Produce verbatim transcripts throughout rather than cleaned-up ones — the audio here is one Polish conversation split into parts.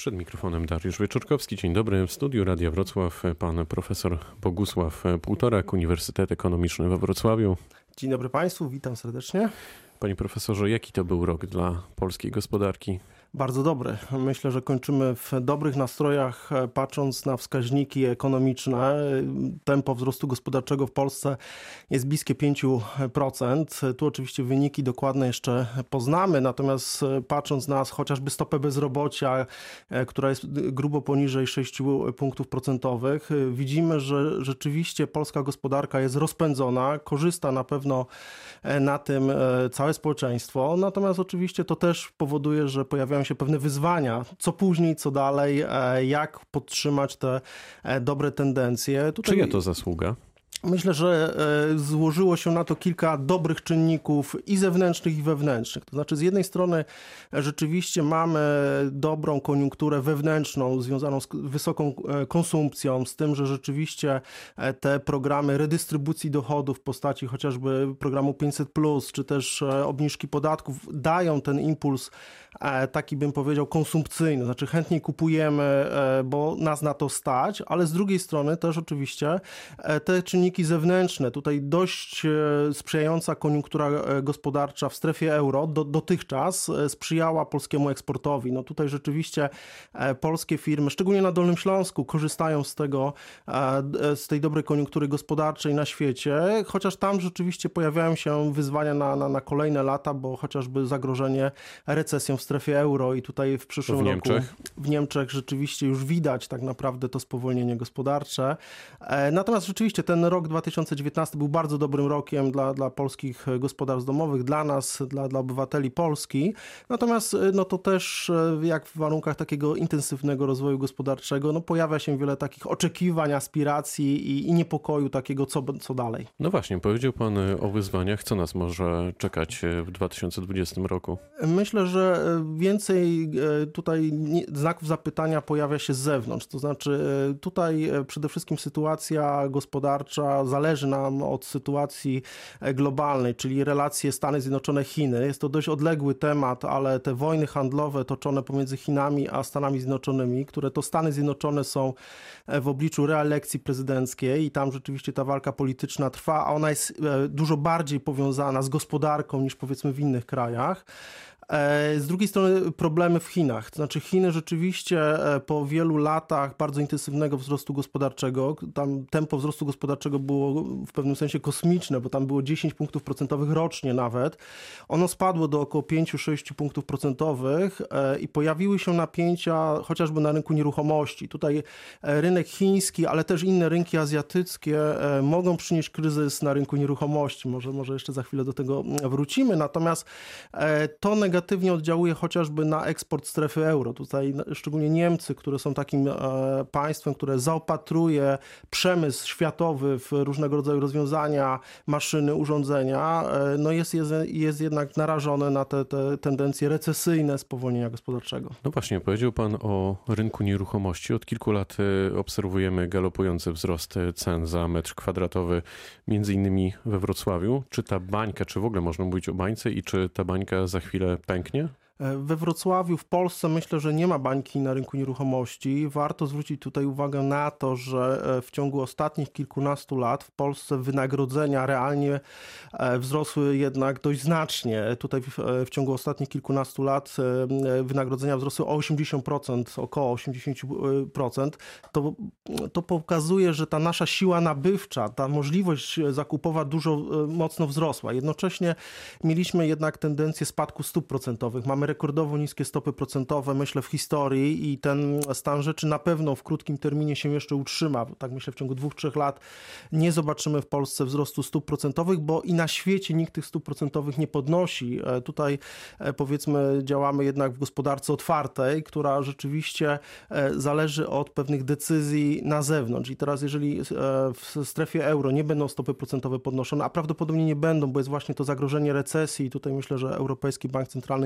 Przed mikrofonem Dariusz Wieczorkowski. Dzień dobry. W studiu Radia Wrocław pan profesor Bogusław Półtorak, Uniwersytet Ekonomiczny we Wrocławiu. Dzień dobry Państwu, witam serdecznie. Panie profesorze, jaki to był rok dla polskiej gospodarki? Bardzo dobry. Myślę, że kończymy w dobrych nastrojach, patrząc na wskaźniki ekonomiczne. Tempo wzrostu gospodarczego w Polsce jest bliskie pięć procent. Tu oczywiście wyniki dokładne jeszcze poznamy, natomiast patrząc na chociażby stopę bezrobocia, która jest grubo poniżej sześć punktów procentowych, widzimy, że rzeczywiście polska gospodarka jest rozpędzona, korzysta na pewno na tym całe społeczeństwo, natomiast oczywiście to też powoduje, że pojawiają się pewne wyzwania, co później, co dalej, jak podtrzymać te dobre tendencje. Tutaj... Czyja to zasługa? Myślę, że złożyło się na to kilka dobrych czynników i zewnętrznych, i wewnętrznych. To znaczy z jednej strony rzeczywiście mamy dobrą koniunkturę wewnętrzną związaną z wysoką konsumpcją, z tym, że rzeczywiście te programy redystrybucji dochodów w postaci chociażby programu pięćset plus, czy też obniżki podatków dają ten impuls taki, bym powiedział, konsumpcyjny. Znaczy chętniej kupujemy, bo nas na to stać, ale z drugiej strony też oczywiście te czynniki zewnętrzne, tutaj dość sprzyjająca koniunktura gospodarcza w strefie euro do, dotychczas sprzyjała polskiemu eksportowi. No tutaj rzeczywiście polskie firmy, szczególnie na Dolnym Śląsku, korzystają z tego, z tej dobrej koniunktury gospodarczej na świecie, chociaż tam rzeczywiście pojawiają się wyzwania na, na, na kolejne lata, bo chociażby zagrożenie recesją w strefie euro i tutaj w przyszłym w roku Niemczech. w Niemczech rzeczywiście już widać tak naprawdę to spowolnienie gospodarcze. Natomiast rzeczywiście ten rok dwa tysiące dziewiętnasty był bardzo dobrym rokiem dla, dla polskich gospodarstw domowych, dla nas, dla, dla obywateli Polski. Natomiast no to też jak w warunkach takiego intensywnego rozwoju gospodarczego, no pojawia się wiele takich oczekiwań, aspiracji i, i niepokoju takiego, co, co dalej. No właśnie, powiedział pan o wyzwaniach. Co nas może czekać w dwa tysiące dwudziestym roku? Myślę, że więcej tutaj znaków zapytania pojawia się z zewnątrz. To znaczy tutaj przede wszystkim sytuacja gospodarcza zależy nam od sytuacji globalnej, czyli relacje Stany Zjednoczone-Chiny. Jest to dość odległy temat, ale te wojny handlowe toczone pomiędzy Chinami a Stanami Zjednoczonymi, które to Stany Zjednoczone są w obliczu reelekcji prezydenckiej i tam rzeczywiście ta walka polityczna trwa, a ona jest dużo bardziej powiązana z gospodarką niż powiedzmy w innych krajach. Z drugiej strony problemy w Chinach. To znaczy Chiny rzeczywiście po wielu latach bardzo intensywnego wzrostu gospodarczego, tam tempo wzrostu gospodarczego było w pewnym sensie kosmiczne, bo tam było dziesięć punktów procentowych rocznie nawet. Ono spadło do około pięć do sześciu punktów procentowych i pojawiły się napięcia chociażby na rynku nieruchomości. Tutaj rynek chiński, ale też inne rynki azjatyckie mogą przynieść kryzys na rynku nieruchomości. Może, może jeszcze za chwilę do tego wrócimy. Natomiast to negatywnie negatywnie oddziałuje chociażby na eksport strefy euro. Tutaj szczególnie Niemcy, które są takim państwem, które zaopatruje przemysł światowy w różnego rodzaju rozwiązania, maszyny, urządzenia, no jest, jest, jest jednak narażone na te, te tendencje recesyjne spowolnienia gospodarczego. No właśnie, powiedział pan o rynku nieruchomości. Od kilku lat obserwujemy galopujący wzrost cen za metr kwadratowy, między innymi we Wrocławiu. Czy ta bańka, czy w ogóle można mówić o bańce i czy ta bańka za chwilę pęknie? We Wrocławiu, w Polsce myślę, że nie ma bańki na rynku nieruchomości. Warto zwrócić tutaj uwagę na to, że w ciągu ostatnich kilkunastu lat w Polsce wynagrodzenia realnie wzrosły jednak dość znacznie. Tutaj w, w ciągu ostatnich kilkunastu lat wynagrodzenia wzrosły o osiemdziesiąt procent, około osiemdziesiąt procent. To, to pokazuje, że ta nasza siła nabywcza, ta możliwość zakupowa dużo mocno wzrosła. Jednocześnie mieliśmy jednak tendencję spadku stóp procentowych. Mamy rekordowo niskie stopy procentowe, myślę, w historii i ten stan rzeczy na pewno w krótkim terminie się jeszcze utrzyma. Tak myślę, w ciągu dwóch, trzech lat nie zobaczymy w Polsce wzrostu stóp procentowych, bo i na świecie nikt tych stóp procentowych nie podnosi. Tutaj powiedzmy działamy jednak w gospodarce otwartej, która rzeczywiście zależy od pewnych decyzji na zewnątrz. I teraz jeżeli w strefie euro nie będą stopy procentowe podnoszone, a prawdopodobnie nie będą, bo jest właśnie to zagrożenie recesji i tutaj myślę, że Europejski Bank Centralny nie będzie chciał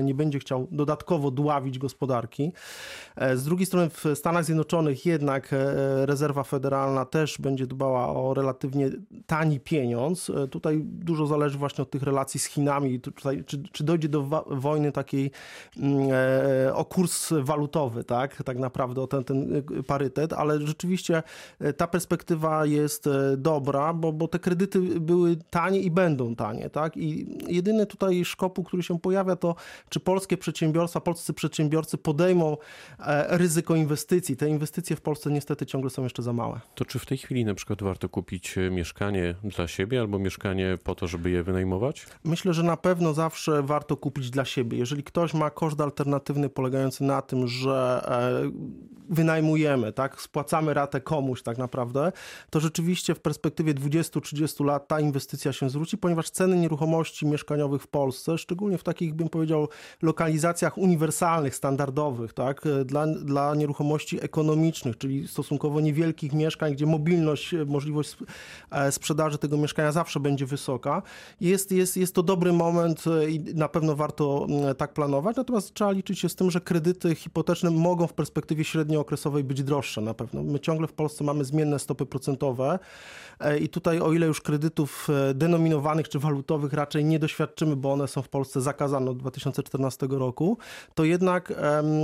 chciał dodatkowo dławić gospodarki. Z drugiej strony w Stanach Zjednoczonych jednak rezerwa federalna też będzie dbała o relatywnie tani pieniądz. Tutaj dużo zależy właśnie od tych relacji z Chinami. Tutaj, czy, czy dojdzie do wa- wojny takiej e, o kurs walutowy, tak, tak naprawdę o ten, ten parytet, ale rzeczywiście ta perspektywa jest dobra, bo, bo te kredyty były tanie i będą tanie, tak, i jedyny tutaj szkopuł, który się pojawia, to czy polskie przedsiębiorstwa, polscy przedsiębiorcy podejmą e, ryzyko inwestycji. Te inwestycje w Polsce niestety ciągle są jeszcze za małe. To czy w tej chwili na przykład warto kupić mieszkanie dla siebie albo mieszkanie po to, żeby je wynajmować? Myślę, że na pewno zawsze warto kupić dla siebie. Jeżeli ktoś ma koszt alternatywny polegający na tym, że wynajmujemy, tak, spłacamy ratę komuś tak naprawdę, to rzeczywiście w perspektywie dwudziestu trzydziestu lat ta inwestycja się zwróci, ponieważ ceny nieruchomości mieszkaniowych w Polsce, szczególnie w takich, bym powiedział, lokalizacjach uniwersalnych, standardowych, tak, dla, dla nieruchomości ekonomicznych, czyli stosunkowo niewielkich mieszkań, gdzie mobilność, możliwość sprzedaży tego mieszkania zawsze będzie wysoka. Jest, jest, jest to dobry moment i na pewno warto tak planować, natomiast trzeba liczyć się z tym, że kredyty hipoteczne mogą w perspektywie średniookresowej być droższe na pewno. My ciągle w Polsce mamy zmienne stopy procentowe i tutaj o ile już kredytów denominowanych czy walutowych raczej nie doświadczymy, bo one są w Polsce zakazane od dwa tysiące czternastego roku, to jednak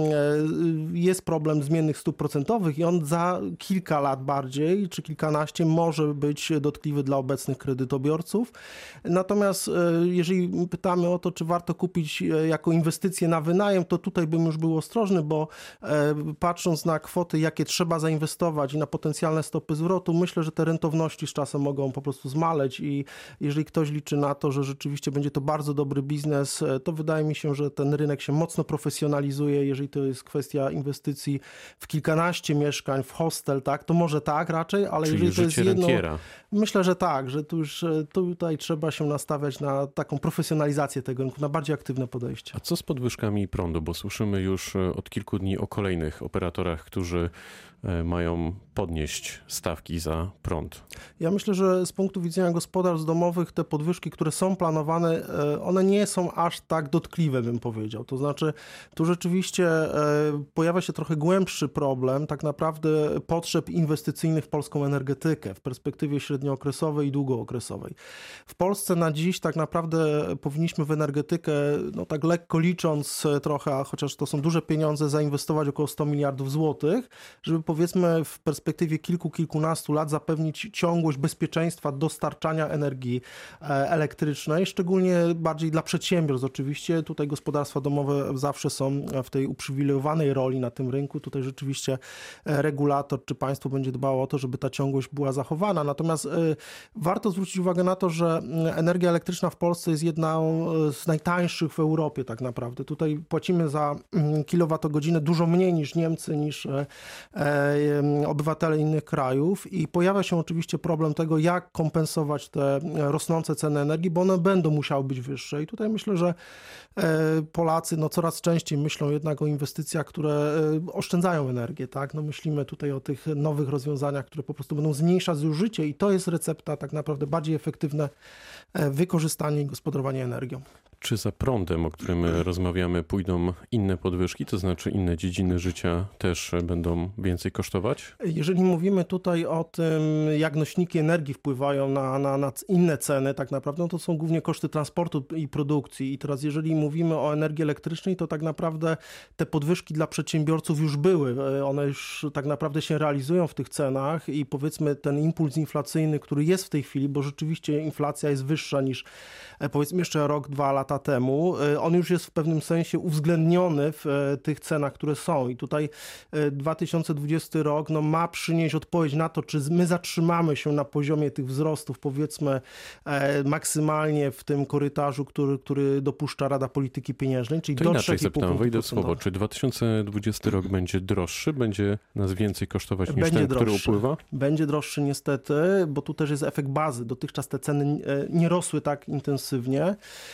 jest problem zmiennych stóp procentowych i on za kilka lat bardziej, czy kilkanaście może być dotkliwy dla obecnych kredytobiorców. Natomiast jeżeli pytamy o to, czy warto kupić jako inwestycję na wynajem, to tutaj bym już był ostrożny, bo patrząc na kwoty, jakie trzeba zainwestować i na potencjalne stopy zwrotu, myślę, że te rentowności z czasem mogą po prostu zmaleć i jeżeli ktoś liczy na to, że rzeczywiście będzie to bardzo dobry biznes, to wydaje mi się, że ten rynek się mocno profesjonalizuje. Jeżeli to jest kwestia inwestycji w kilkanaście mieszkań, w hostel, tak, to może tak raczej, ale Czyli jeżeli to jest jedno... rentiera. Myślę, że tak, że tu już tutaj trzeba się nastawiać na taką profesjonalizację tego rynku, na bardziej aktywne podejście. A co z podwyżkami prądu? Bo słyszymy już od kilku dni o kolejnych operatorach, którzy mają podnieść stawki za prąd. Ja myślę, że z punktu widzenia gospodarstw domowych te podwyżki, które są planowane, one nie są aż tak dotkliwe, bym powiedział. To znaczy, tu rzeczywiście pojawia się trochę głębszy problem tak naprawdę potrzeb inwestycyjnych w polską energetykę w perspektywie średniookresowej i długookresowej. W Polsce na dziś tak naprawdę powinniśmy w energetykę, no tak lekko licząc trochę, a chociaż to są duże pieniądze, zainwestować około sto miliardów złotych, żeby powiedzmy w perspektywie kilku, kilkunastu lat zapewnić ciągłość bezpieczeństwa dostarczania energii elektrycznej, szczególnie bardziej dla przedsiębiorstw oczywiście. Tutaj gospodarstwa domowe zawsze są w tej uprzywilejowanej roli na tym rynku. Tutaj rzeczywiście regulator czy państwo będzie dbało o to, żeby ta ciągłość była zachowana. Natomiast warto zwrócić uwagę na to, że energia elektryczna w Polsce jest jedną z najtańszych w Europie tak naprawdę. Tutaj płacimy za kilowatogodzinę dużo mniej niż Niemcy, niż obywatele innych krajów i pojawia się oczywiście problem tego, jak kompensować te rosnące ceny energii, bo one będą musiały być wyższe. I tutaj myślę, że Polacy no, coraz częściej myślą jednak o inwestycjach, które oszczędzają energię. Tak? No, myślimy tutaj o tych nowych rozwiązaniach, które po prostu będą zmniejszać zużycie i to jest recepta tak naprawdę bardziej efektywne wykorzystanie i gospodarowanie energią. Czy za prądem, o którym rozmawiamy, pójdą inne podwyżki, to znaczy inne dziedziny życia też będą więcej kosztować? Jeżeli mówimy tutaj o tym, jak nośniki energii wpływają na, na, na inne ceny, tak naprawdę no to są głównie koszty transportu i produkcji. I teraz jeżeli mówimy o energii elektrycznej, to tak naprawdę te podwyżki dla przedsiębiorców już były. One już tak naprawdę się realizują w tych cenach i powiedzmy ten impuls inflacyjny, który jest w tej chwili, bo rzeczywiście inflacja jest wyższa niż powiedzmy jeszcze rok, dwa lata temu, on już jest w pewnym sensie uwzględniony w tych cenach, które są. I tutaj dwa tysiące dwudziesty rok no, ma przynieść odpowiedź na to, czy my zatrzymamy się na poziomie tych wzrostów, powiedzmy maksymalnie w tym korytarzu, który, który dopuszcza Rada Polityki Pieniężnej, czyli to do inaczej trzy i pół zapytam, wejdę w procenta. słowo. Czy dwa tysiące dwudziesty rok będzie droższy? Będzie nas więcej kosztować niż Będzie ten, droższy. który upływa? Będzie droższy niestety, bo tu też jest efekt bazy. Dotychczas te ceny nie rosły tak intensywnie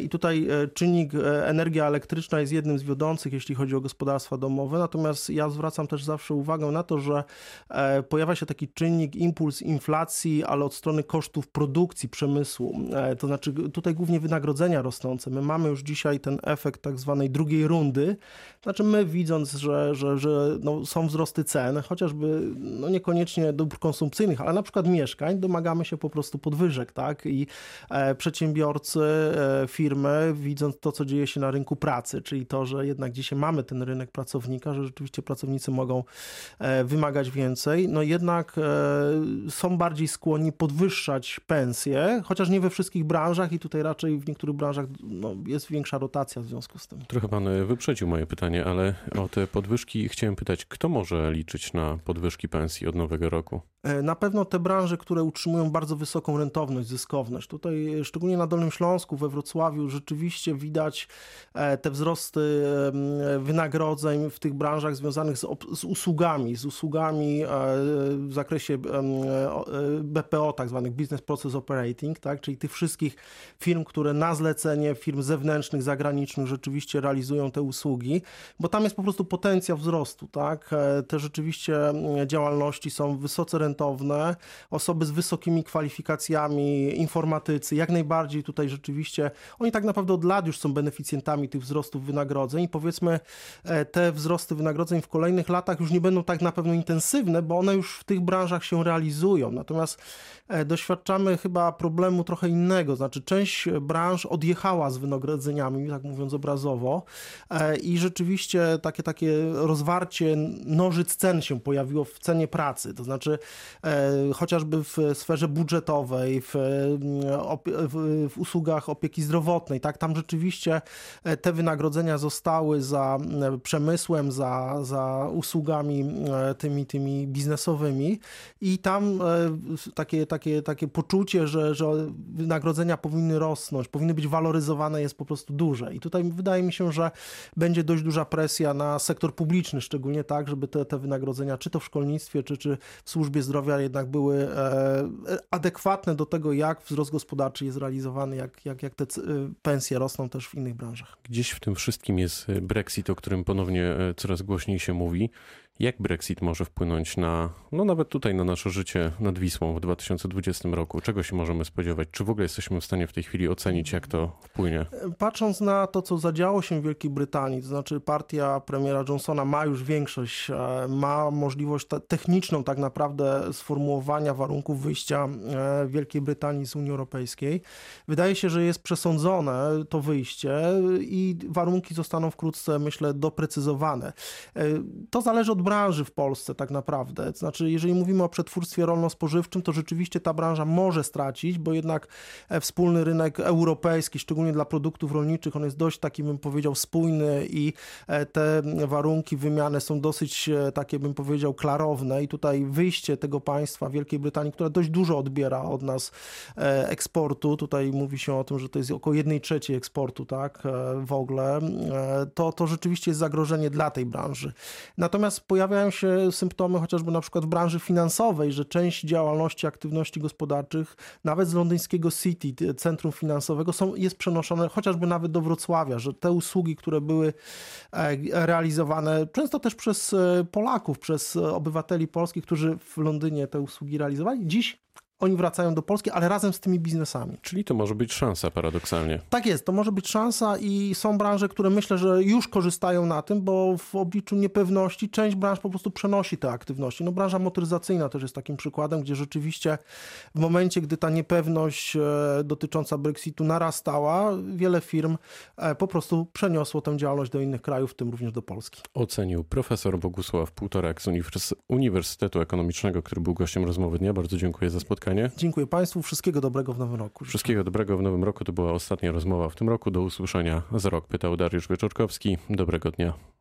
I tutaj czynnik energia elektryczna jest jednym z wiodących, jeśli chodzi o gospodarstwa domowe. Natomiast ja zwracam też zawsze uwagę na to, że pojawia się taki czynnik, impuls inflacji, ale od strony kosztów produkcji, przemysłu. To znaczy tutaj głównie wynagrodzenia rosnące. My mamy już dzisiaj ten efekt tak zwanej drugiej rundy. Znaczy my widząc, że, że, że no są wzrosty cen, chociażby no niekoniecznie dóbr konsumpcyjnych, ale na przykład mieszkań, domagamy się po prostu podwyżek, tak? I e, przedsiębiorcy, e, firmy, widząc to, co dzieje się na rynku pracy, czyli to, że jednak dzisiaj mamy ten rynek pracownika, że rzeczywiście pracownicy mogą e, wymagać więcej, no jednak e, są bardziej skłonni podwyższać pensje, chociaż nie we wszystkich branżach i tutaj raczej w niektórych branżach no, jest większa rotacja w związku z tym. Trochę pan wyprzedził moje pytanie, ale o te podwyżki chciałem pytać, kto może liczyć na podwyżki pensji od nowego roku? Na pewno te branże, które utrzymują bardzo wysoką rentowność, zyskowność. Tutaj szczególnie na Dolnym Śląsku, we Wrocławiu rzeczywiście widać te wzrosty wynagrodzeń w tych branżach związanych z, z usługami, z usługami w zakresie B P O, tak zwanych Business Process Operating, tak? Czyli tych wszystkich firm, które na zlecenie firm zewnętrznych, zagranicznych rzeczywiście realizują te usługi, bo tam jest po prostu potencjał wzrostu, tak? Te rzeczywiście działalności są wysoce rentowne, osoby z wysokimi kwalifikacjami, informatycy, jak najbardziej tutaj rzeczywiście, oni tak naprawdę od lat już są beneficjentami tych wzrostów wynagrodzeń i powiedzmy te wzrosty wynagrodzeń w kolejnych latach już nie będą tak na pewno intensywne, bo one już w tych branżach się realizują. Natomiast doświadczamy chyba problemu trochę innego, znaczy część branż odjechała z wynagrodzeniami, tak mówiąc obrazowo, i rzeczywiście takie, takie rozwarcie nożyc cen się pojawiło w cenie pracy, to znaczy e, chociażby w sferze budżetowej, w, w, w usługach opieki zdrowotnej, tak, tam rzeczywiście te wynagrodzenia zostały za przemysłem, za, za usługami tymi, tymi biznesowymi i tam takie, takie, takie poczucie, że, że wynagrodzenia powinny rosnąć, powinny być waloryzowane jest po prostu duże i tutaj wydaje mi się, że będzie dość duża presja na sektor publiczny, szczególnie tak, żeby te, te wynagrodzenia, czy to w szkolnictwie, czy, czy w służbie zdrowia jednak były e, adekwatne do tego, jak wzrost gospodarczy jest realizowany, jak, jak, jak te pensje rosną też w innych branżach. Gdzieś w tym wszystkim jest Brexit, o którym ponownie coraz głośniej się mówi. Jak Brexit może wpłynąć na, no nawet tutaj na nasze życie nad Wisłą w dwa tysiące dwudziestym roku? Czego się możemy spodziewać? Czy w ogóle jesteśmy w stanie w tej chwili ocenić, jak to wpłynie? Patrząc na to, co zadziało się w Wielkiej Brytanii, to znaczy partia premiera Johnsona ma już większość, ma możliwość techniczną tak naprawdę sformułowania warunków wyjścia Wielkiej Brytanii z Unii Europejskiej. Wydaje się, że jest przesądzone to wyjście i warunki zostaną wkrótce, myślę, doprecyzowane. To zależy od branży w Polsce tak naprawdę. To znaczy, jeżeli mówimy o przetwórstwie rolno-spożywczym, to rzeczywiście ta branża może stracić, bo jednak wspólny rynek europejski, szczególnie dla produktów rolniczych, on jest dość taki, bym powiedział, spójny i te warunki wymiany są dosyć takie, bym powiedział, klarowne i tutaj wyjście tego państwa, Wielkiej Brytanii, która dość dużo odbiera od nas eksportu, tutaj mówi się o tym, że to jest około jednej trzeciej eksportu, tak, w ogóle, to, to rzeczywiście jest zagrożenie dla tej branży. Natomiast pojawiają się symptomy chociażby na przykład w branży finansowej, że część działalności, aktywności gospodarczych, nawet z londyńskiego City, centrum finansowego, są, jest przenoszone chociażby nawet do Wrocławia, że te usługi, które były realizowane często też przez Polaków, przez obywateli polskich, którzy w Londynie te usługi realizowali, dziś oni wracają do Polski, ale razem z tymi biznesami. Czyli to może być szansa paradoksalnie. Tak jest, to może być szansa i są branże, które myślę, że już korzystają na tym, bo w obliczu niepewności część branż po prostu przenosi te aktywności. No branża motoryzacyjna też jest takim przykładem, gdzie rzeczywiście w momencie, gdy ta niepewność dotycząca Brexitu narastała, wiele firm po prostu przeniosło tę działalność do innych krajów, w tym również do Polski. Ocenił profesor Bogusław Półtorak z Uniwersytetu Ekonomicznego, który był gościem rozmowy dnia. Bardzo dziękuję za spotkanie. Dziękuję Państwu. Wszystkiego dobrego w nowym roku. Wszystkiego dobrego w nowym roku. To była ostatnia rozmowa w tym roku. Do usłyszenia za rok. Pytał Dariusz Wieczorkowski. Dobrego dnia.